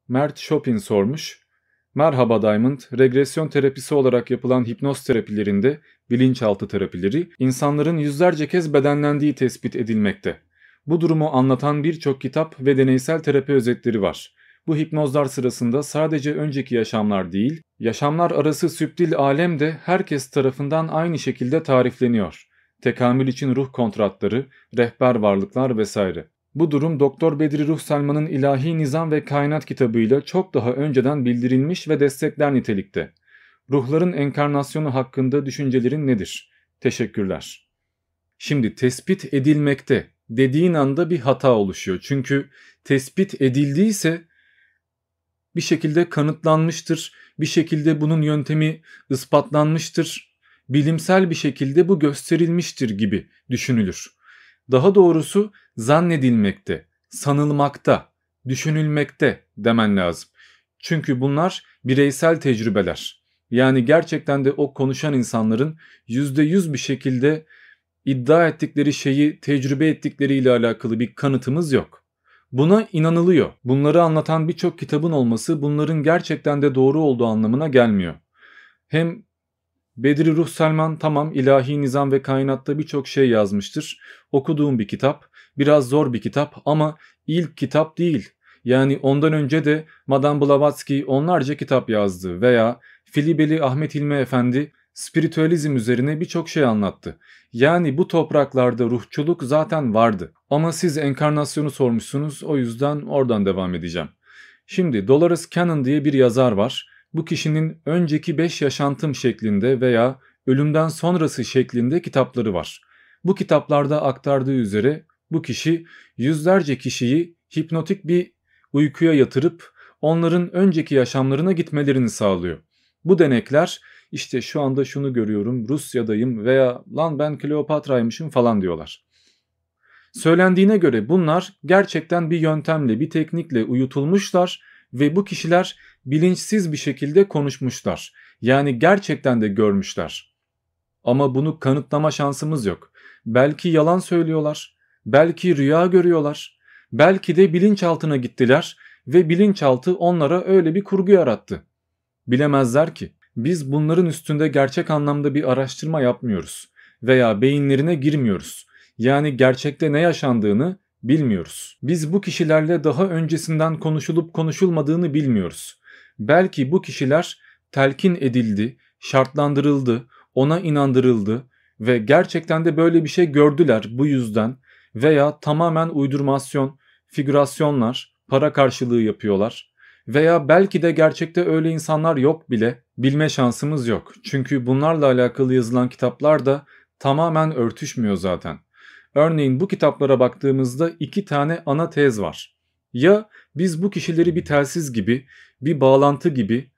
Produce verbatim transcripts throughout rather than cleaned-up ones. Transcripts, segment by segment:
Mert Chopin sormuş. Merhaba Diamond, regresyon terapisi olarak yapılan hipnoz terapilerinde bilinçaltı terapileri insanların yüzlerce kez bedenlendiği tespit edilmekte. Bu durumu anlatan birçok kitap ve deneysel terapi özetleri var. Bu hipnozlar sırasında sadece önceki yaşamlar değil, yaşamlar arası süptil alem de herkes tarafından aynı şekilde tarifleniyor. Tekamül için ruh kontratları, rehber varlıklar vesaire. Bu durum Doktor Bedri Ruhselman'ın İlahi Nizam ve Kainat kitabıyla çok daha önceden bildirilmiş ve destekler nitelikte. Ruhların enkarnasyonu hakkında düşüncelerin nedir? Teşekkürler. Şimdi tespit edilmekte dediğin anda bir hata oluşuyor. Çünkü tespit edildiyse bir şekilde kanıtlanmıştır, bir şekilde bunun yöntemi ispatlanmıştır, bilimsel bir şekilde bu gösterilmiştir gibi düşünülür. Daha doğrusu zannedilmekte, sanılmakta, düşünülmekte demen lazım. Çünkü bunlar bireysel tecrübeler. Yani gerçekten de o konuşan insanların yüzde yüz bir şekilde iddia ettikleri şeyi tecrübe ettikleriyle alakalı bir kanıtımız yok. Buna inanılıyor. Bunları anlatan birçok kitabın olması bunların gerçekten de doğru olduğu anlamına gelmiyor. Hem Bedri Ruhselman tamam İlahi Nizam ve Kainat'ta birçok şey yazmıştır. Okuduğum bir kitap, biraz zor bir kitap ama ilk kitap değil. Yani ondan önce de Madame Blavatsky onlarca kitap yazdı veya Filibeli Ahmet Hilmi Efendi spiritüalizm üzerine birçok şey anlattı. Yani bu topraklarda ruhçuluk zaten vardı. Ama siz enkarnasyonu sormuşsunuz, o yüzden oradan devam edeceğim. Şimdi Dolores Cannon diye bir yazar var. Bu kişinin önceki beş yaşantım şeklinde veya ölümden sonrası şeklinde kitapları var. Bu kitaplarda aktardığı üzere bu kişi yüzlerce kişiyi hipnotik bir uykuya yatırıp onların önceki yaşamlarına gitmelerini sağlıyor. Bu denekler işte şu anda şunu görüyorum, Rusya'dayım veya lan ben Kleopatra'ymışım falan diyorlar. Söylendiğine göre bunlar gerçekten bir yöntemle, bir teknikle uyutulmuşlar ve bu kişiler bilinçsiz bir şekilde konuşmuşlar. Yani gerçekten de görmüşler. Ama bunu kanıtlama şansımız yok. Belki yalan söylüyorlar, belki rüya görüyorlar, belki de bilinçaltına gittiler ve bilinçaltı onlara öyle bir kurgu yarattı. Bilemezler ki. Biz bunların üstünde gerçek anlamda bir araştırma yapmıyoruz veya beyinlerine girmiyoruz. Yani gerçekte ne yaşandığını bilmiyoruz. Biz bu kişilerle daha öncesinden konuşulup konuşulmadığını bilmiyoruz. Belki bu kişiler telkin edildi, şartlandırıldı, ona inandırıldı ve gerçekten de böyle bir şey gördüler bu yüzden veya tamamen uydurmasyon, figürasyonlar, para karşılığı yapıyorlar. Veya belki de gerçekte öyle insanlar yok bile, bilme şansımız yok. Çünkü bunlarla alakalı yazılan kitaplar da tamamen örtüşmüyor zaten. Örneğin bu kitaplara baktığımızda iki tane ana tez var. Ya biz bu kişileri bir telsiz gibi, bir bağlantı gibi,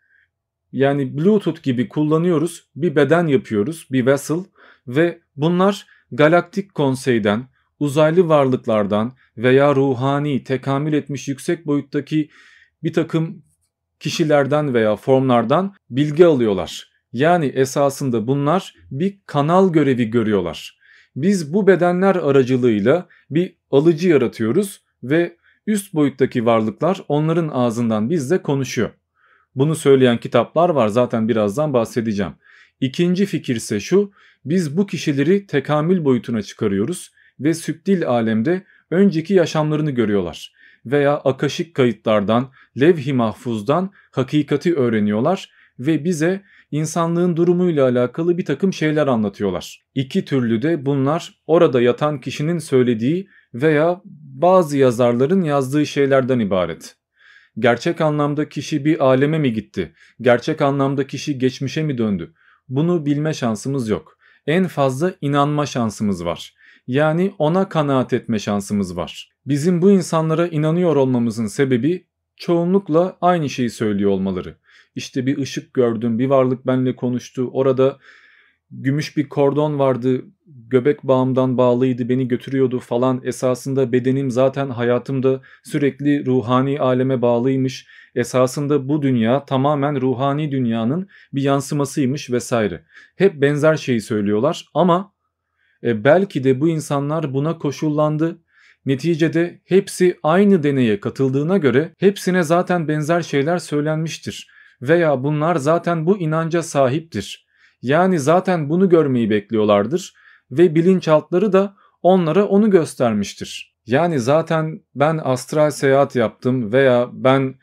yani Bluetooth gibi kullanıyoruz, bir beden yapıyoruz, bir vessel ve bunlar galaktik konseyden, uzaylı varlıklardan veya ruhani, tekamül etmiş yüksek boyuttaki bir takım kişilerden veya formlardan bilgi alıyorlar. Yani esasında bunlar bir kanal görevi görüyorlar. Biz bu bedenler aracılığıyla bir alıcı yaratıyoruz ve üst boyuttaki varlıklar onların ağzından bizle konuşuyor. Bunu söyleyen kitaplar var, zaten birazdan bahsedeceğim. İkinci fikir ise şu: biz bu kişileri tekamül boyutuna çıkarıyoruz ve süptil alemde önceki yaşamlarını görüyorlar. Veya akaşik kayıtlardan, levh-i mahfuzdan hakikati öğreniyorlar ve bize insanlığın durumuyla alakalı bir takım şeyler anlatıyorlar. İki türlü de bunlar orada yatan kişinin söylediği veya bazı yazarların yazdığı şeylerden ibaret. Gerçek anlamda kişi bir aleme mi gitti? Gerçek anlamda kişi geçmişe mi döndü? Bunu bilme şansımız yok. En fazla inanma şansımız var. Yani ona kanaat etme şansımız var. Bizim bu insanlara inanıyor olmamızın sebebi çoğunlukla aynı şeyi söylüyor olmaları. İşte bir ışık gördüm, bir varlık benimle konuştu, orada gümüş bir kordon vardı, göbek bağımdan bağlıydı, beni götürüyordu falan. Esasında bedenim zaten hayatımda sürekli ruhani aleme bağlıymış. Esasında bu dünya tamamen ruhani dünyanın bir yansımasıymış vesaire. Hep benzer şeyi söylüyorlar ama e, belki de bu insanlar buna koşullandı. Neticede hepsi aynı deneye katıldığına göre hepsine zaten benzer şeyler söylenmiştir veya bunlar zaten bu inanca sahiptir. Yani zaten bunu görmeyi bekliyorlardır ve bilinçaltları da onlara onu göstermiştir. Yani zaten ben astral seyahat yaptım veya ben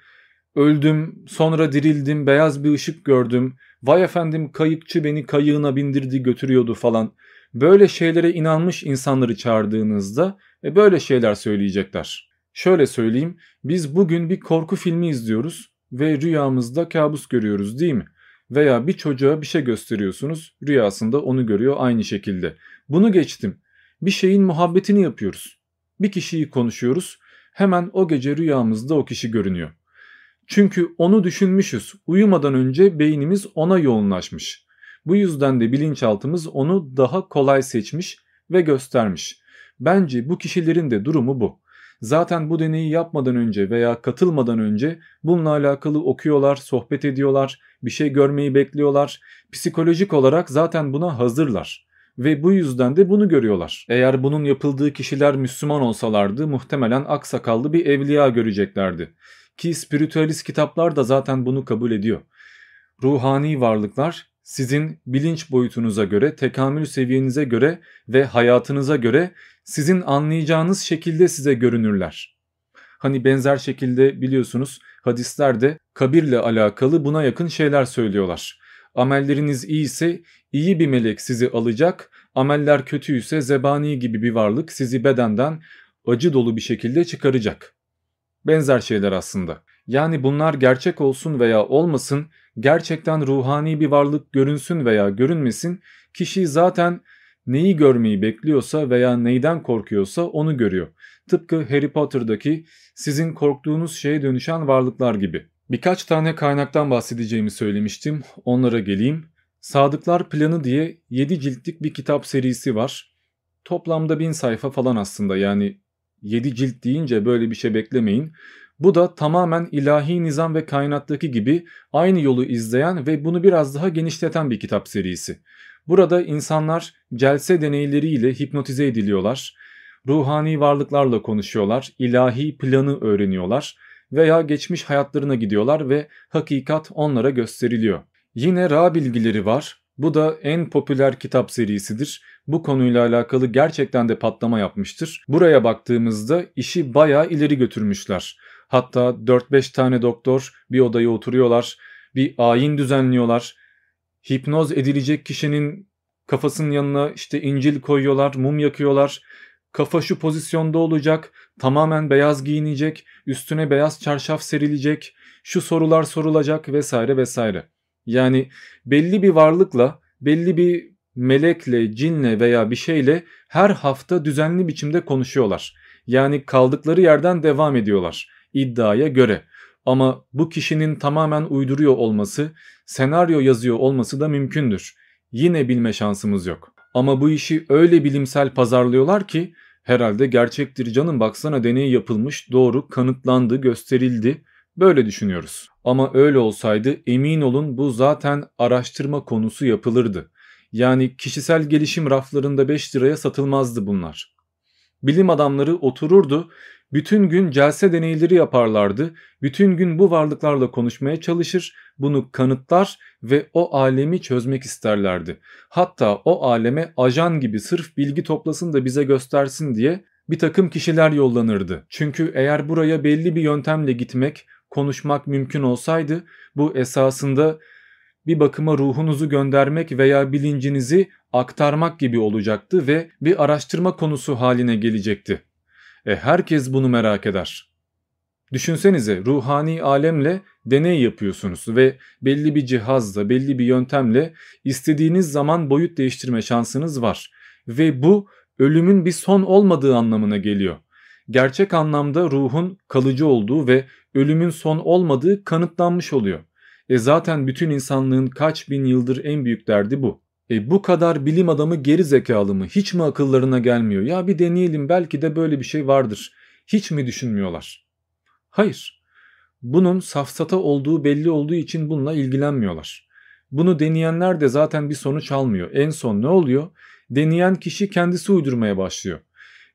öldüm, sonra dirildim, beyaz bir ışık gördüm, vay efendim kayıkçı beni kayığına bindirdi götürüyordu falan. Böyle şeylere inanmış insanları çağırdığınızda e, böyle şeyler söyleyecekler. Şöyle söyleyeyim, biz bugün bir korku filmi izliyoruz ve rüyamızda kabus görüyoruz değil mi? Veya bir çocuğa bir şey gösteriyorsunuz, rüyasında onu görüyor aynı şekilde. Bunu geçtim. Bir şeyin muhabbetini yapıyoruz. Bir kişiyi konuşuyoruz, hemen o gece rüyamızda o kişi görünüyor. Çünkü onu düşünmüşüz. Uyumadan önce beynimiz ona yoğunlaşmış. Bu yüzden de bilinçaltımız onu daha kolay seçmiş ve göstermiş. Bence bu kişilerin de durumu bu. Zaten bu deneyi yapmadan önce veya katılmadan önce bununla alakalı okuyorlar, sohbet ediyorlar, bir şey görmeyi bekliyorlar. Psikolojik olarak zaten buna hazırlar. Ve bu yüzden de bunu görüyorlar. Eğer bunun yapıldığı kişiler Müslüman olsalardı muhtemelen aksakallı bir evliya göreceklerdi. Ki spiritüalist kitaplar da zaten bunu kabul ediyor. Ruhani varlıklar sizin bilinç boyutunuza göre, tekamül seviyenize göre ve hayatınıza göre sizin anlayacağınız şekilde size görünürler. Hani benzer şekilde biliyorsunuz hadislerde kabirle alakalı buna yakın şeyler söylüyorlar. Amelleriniz iyiyse iyi bir melek sizi alacak, ameller kötüyse zebani gibi bir varlık sizi bedenden acı dolu bir şekilde çıkaracak. Benzer şeyler aslında. Yani bunlar gerçek olsun veya olmasın, gerçekten ruhani bir varlık görünsün veya görünmesin, kişi zaten neyi görmeyi bekliyorsa veya neyden korkuyorsa onu görüyor. Tıpkı Harry Potter'daki sizin korktuğunuz şeye dönüşen varlıklar gibi. Birkaç tane kaynaktan bahsedeceğimi söylemiştim, onlara geleyim. Sadıklar Planı diye yedi ciltlik bir kitap serisi var. Toplamda bin sayfa falan aslında, yani yedi cilt deyince böyle bir şey beklemeyin. Bu da tamamen ilahi nizam ve kainattaki gibi aynı yolu izleyen ve bunu biraz daha genişleten bir kitap serisi. Burada insanlar celse deneyleriyle hipnotize ediliyorlar, ruhani varlıklarla konuşuyorlar, ilahi planı öğreniyorlar veya geçmiş hayatlarına gidiyorlar ve hakikat onlara gösteriliyor. Yine Ra bilgileri var. Bu da en popüler kitap serisidir. Bu konuyla alakalı gerçekten de patlama yapmıştır. Buraya baktığımızda işi bayağı ileri götürmüşler. Hatta dört beş tane doktor bir odaya oturuyorlar, bir ayin düzenliyorlar. Hipnoz edilecek kişinin kafasının yanına işte İncil koyuyorlar, mum yakıyorlar. Kafa şu pozisyonda olacak, tamamen beyaz giyinecek, üstüne beyaz çarşaf serilecek, şu sorular sorulacak vesaire vesaire. Yani belli bir varlıkla, belli bir melekle, cinle veya bir şeyle her hafta düzenli biçimde konuşuyorlar. Yani kaldıkları yerden devam ediyorlar iddiaya göre. Ama bu kişinin tamamen uyduruyor olması, senaryo yazıyor olması da mümkündür. Yine bilme şansımız yok. Ama bu işi öyle bilimsel pazarlıyorlar ki herhalde gerçektir canım, baksana deney yapılmış, doğru, kanıtlandı, gösterildi. Böyle düşünüyoruz. Ama öyle olsaydı emin olun bu zaten araştırma konusu yapılırdı. Yani kişisel gelişim raflarında beş liraya satılmazdı bunlar. Bilim adamları otururdu, bütün gün celse deneyleri yaparlardı, bütün gün bu varlıklarla konuşmaya çalışır, bunu kanıtlar ve o alemi çözmek isterlerdi. Hatta o aleme ajan gibi sırf bilgi toplasın da bize göstersin diye bir takım kişiler yollanırdı. Çünkü eğer buraya belli bir yöntemle gitmek, konuşmak mümkün olsaydı bu esasında bir bakıma ruhunuzu göndermek veya bilincinizi aktarmak gibi olacaktı ve bir araştırma konusu haline gelecekti. E herkes bunu merak eder. Düşünsenize, ruhani alemle deney yapıyorsunuz ve belli bir cihazla, belli bir yöntemle istediğiniz zaman boyut değiştirme şansınız var. Ve bu ölümün bir son olmadığı anlamına geliyor. Gerçek anlamda ruhun kalıcı olduğu ve ölümün son olmadığı kanıtlanmış oluyor. E zaten bütün insanlığın kaç bin yıldır en büyük derdi bu. E bu kadar bilim adamı geri zekalı mı? Hiç mi akıllarına gelmiyor? Ya bir deneyelim, belki de böyle bir şey vardır. Hiç mi düşünmüyorlar? Hayır. Bunun safsata olduğu belli olduğu için bununla ilgilenmiyorlar. Bunu deneyenler de zaten bir sonuç almıyor. En son ne oluyor? Deneyen kişi kendisi uydurmaya başlıyor.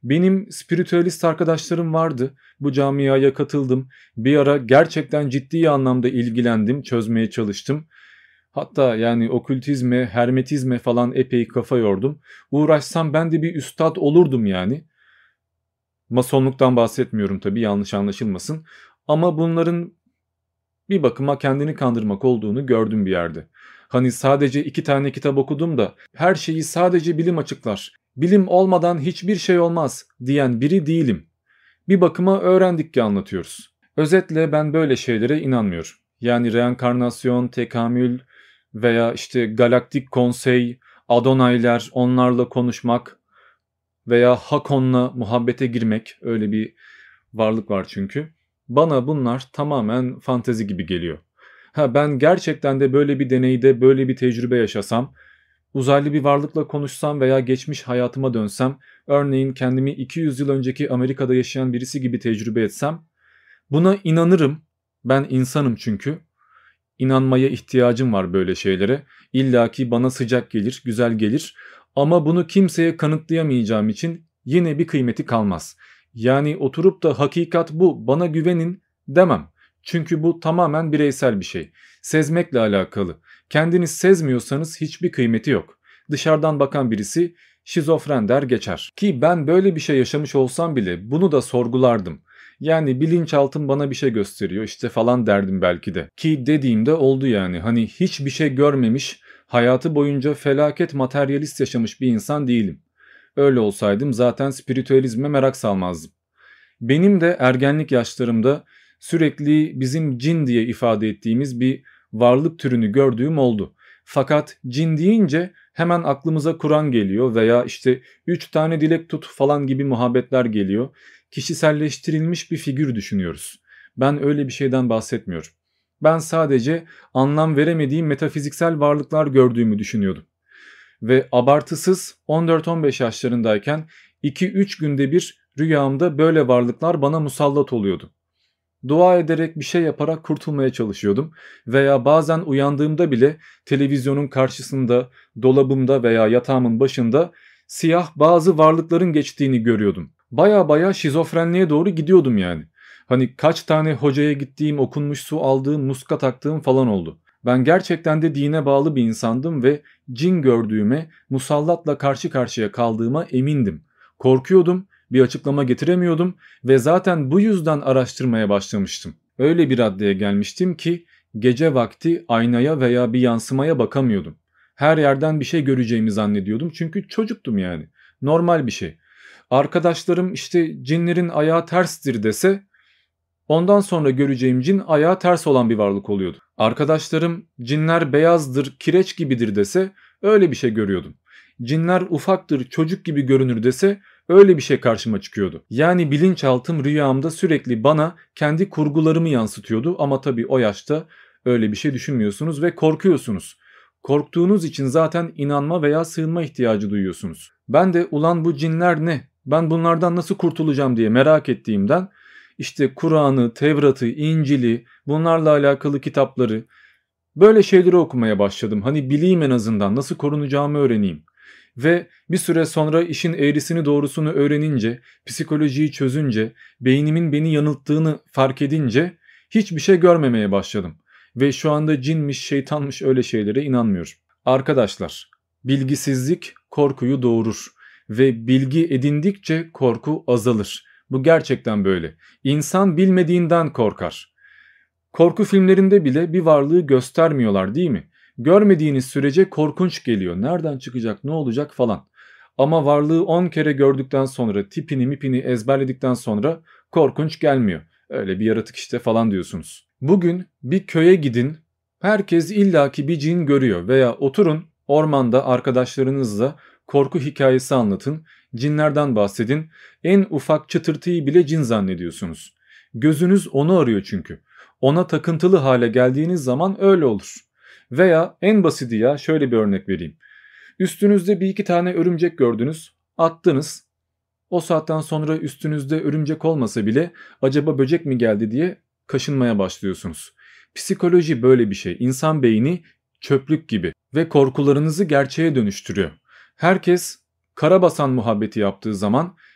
Benim spiritüalist arkadaşlarım vardı. Bu camiaya katıldım. Bir ara gerçekten ciddi anlamda ilgilendim, çözmeye çalıştım. Hatta yani okültizme, hermetizme falan epey kafa yordum. Uğraşsam ben de bir üstad olurdum yani. Masonluktan bahsetmiyorum tabii, yanlış anlaşılmasın. Ama bunların bir bakıma kendini kandırmak olduğunu gördüm bir yerde. Hani sadece iki tane kitap okudum da her şeyi sadece bilim açıklar, bilim olmadan hiçbir şey olmaz diyen biri değilim. Bir bakıma öğrendik ki anlatıyoruz. Özetle ben böyle şeylere inanmıyorum. Yani reenkarnasyon, tekamül veya işte galaktik konsey, Adonaylar, onlarla konuşmak veya Hakon'la muhabbete girmek, öyle bir varlık var çünkü. Bana bunlar tamamen fantezi gibi geliyor. Ha, ben gerçekten de böyle bir deneyde, böyle bir tecrübe yaşasam, uzaylı bir varlıkla konuşsam veya geçmiş hayatıma dönsem, örneğin kendimi iki yüz yıl önceki Amerika'da yaşayan birisi gibi tecrübe etsem, buna inanırım. Ben insanım çünkü. İnanmaya ihtiyacım var böyle şeylere. İlla ki bana sıcak gelir, güzel gelir. Ama bunu kimseye kanıtlayamayacağım için yine bir kıymeti kalmaz. Yani oturup da hakikat bu, bana güvenin demem. Çünkü bu tamamen bireysel bir şey. Sezmekle alakalı. Kendiniz sezmiyorsanız hiçbir kıymeti yok. Dışarıdan bakan birisi şizofren der geçer. Ki ben böyle bir şey yaşamış olsam bile bunu da sorgulardım. Yani bilinçaltım bana bir şey gösteriyor işte falan derdim belki de. Ki dediğimde oldu yani. Hani hiçbir şey görmemiş, hayatı boyunca felaket materyalist yaşamış bir insan değilim. Öyle olsaydım zaten spiritüalizme merak salmazdım. Benim de ergenlik yaşlarımda sürekli bizim cin diye ifade ettiğimiz bir varlık türünü gördüğüm oldu. Fakat cin deyince hemen aklımıza Kur'an geliyor veya işte üç tane dilek tut falan gibi muhabbetler geliyor. Kişiselleştirilmiş bir figür düşünüyoruz. Ben öyle bir şeyden bahsetmiyorum. Ben sadece anlam veremediğim metafiziksel varlıklar gördüğümü düşünüyordum. Ve abartısız on dört on beş yaşlarındayken iki üç günde bir rüyamda böyle varlıklar bana musallat oluyordu. Dua ederek bir şey yaparak kurtulmaya çalışıyordum veya bazen uyandığımda bile televizyonun karşısında, dolabımda veya yatağımın başında siyah bazı varlıkların geçtiğini görüyordum. Baya baya şizofrenliğe doğru gidiyordum yani. Hani kaç tane hocaya gittiğim, okunmuş su aldığım, muska taktığım falan oldu. Ben gerçekten de dine bağlı bir insandım ve cin gördüğüme, musallatla karşı karşıya kaldığıma emindim. Korkuyordum, bir açıklama getiremiyordum ve zaten bu yüzden araştırmaya başlamıştım. Öyle bir raddeye gelmiştim ki gece vakti aynaya veya bir yansımaya bakamıyordum. Her yerden bir şey göreceğimi zannediyordum çünkü çocuktum yani. Normal bir şey. Arkadaşlarım işte cinlerin ayağı terstir dese, ondan sonra göreceğim cin ayağı ters olan bir varlık oluyordu. Arkadaşlarım cinler beyazdır, kireç gibidir dese öyle bir şey görüyordum. Cinler ufaktır, çocuk gibi görünür dese öyle bir şey karşıma çıkıyordu. Yani bilinçaltım rüyamda sürekli bana kendi kurgularımı yansıtıyordu ama tabii o yaşta öyle bir şey düşünmüyorsunuz ve korkuyorsunuz. Korktuğunuz için zaten inanma veya sığınma ihtiyacı duyuyorsunuz. Ben de ulan bu cinler ne? Ben bunlardan nasıl kurtulacağım diye merak ettiğimden işte Kur'an'ı, Tevrat'ı, İncil'i, bunlarla alakalı kitapları, böyle şeyleri okumaya başladım. Hani bileyim, en azından nasıl korunacağımı öğreneyim. Ve bir süre sonra işin eğrisini doğrusunu öğrenince, psikolojiyi çözünce, beynimin beni yanılttığını fark edince hiçbir şey görmemeye başladım. Ve şu anda cinmiş, şeytanmış öyle şeylere inanmıyorum. Arkadaşlar, bilgisizlik korkuyu doğurur ve bilgi edindikçe korku azalır. Bu gerçekten böyle. İnsan bilmediğinden korkar. Korku filmlerinde bile bir varlığı göstermiyorlar, değil mi? Görmediğiniz sürece korkunç geliyor. Nereden çıkacak, ne olacak falan. Ama varlığı on kere gördükten sonra, tipini mipini ezberledikten sonra korkunç gelmiyor. Öyle bir yaratık işte falan diyorsunuz. Bugün bir köye gidin. Herkes illaki bir cin görüyor veya oturun ormanda arkadaşlarınızla korku hikayesi anlatın. Cinlerden bahsedin. En ufak çıtırtıyı bile cin zannediyorsunuz. Gözünüz onu arıyor çünkü. Ona takıntılı hale geldiğiniz zaman öyle olur. Veya en basiti, ya şöyle bir örnek vereyim. Üstünüzde bir iki tane örümcek gördünüz, attınız. O saatten sonra üstünüzde örümcek olmasa bile acaba böcek mi geldi diye kaşınmaya başlıyorsunuz. Psikoloji böyle bir şey. İnsan beyni çöplük gibi ve korkularınızı gerçeğe dönüştürüyor. Herkes karabasan muhabbeti yaptığı zaman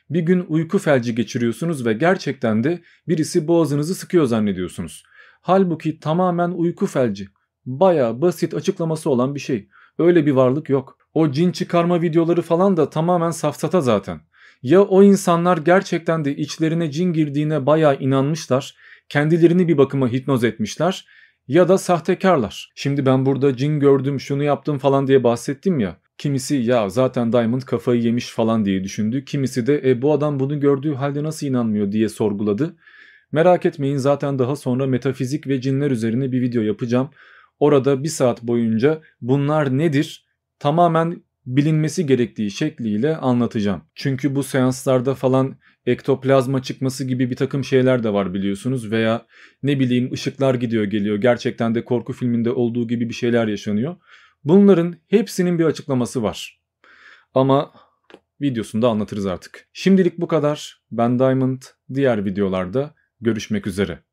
Bir gün uyku felci geçiriyorsunuz ve gerçekten de birisi boğazınızı sıkıyor zannediyorsunuz. Halbuki tamamen uyku felci. Baya basit açıklaması olan bir şey. Öyle bir varlık yok. O cin çıkarma videoları falan da tamamen safsata zaten. Ya o insanlar gerçekten de içlerine cin girdiğine bayağı inanmışlar, kendilerini bir bakıma hipnoz etmişler ya da sahtekarlar. Şimdi ben burada cin gördüm, şunu yaptım falan diye bahsettim ya. Kimisi ya zaten Diamond kafayı yemiş falan diye düşündü. Kimisi de e, bu adam bunu gördüğü halde nasıl inanmıyor diye sorguladı. Merak etmeyin, zaten daha sonra metafizik ve cinler üzerine bir video yapacağım. Orada bir saat boyunca bunlar nedir tamamen bilinmesi gerektiği şekliyle anlatacağım. Çünkü bu seanslarda falan ektoplazma çıkması gibi bir takım şeyler de var biliyorsunuz, veya ne bileyim ışıklar gidiyor geliyor, gerçekten de korku filminde olduğu gibi bir şeyler yaşanıyor. Bunların hepsinin bir açıklaması var. Ama videosunda anlatırız artık. Şimdilik bu kadar. Ben Diamond, diğer videolarda görüşmek üzere.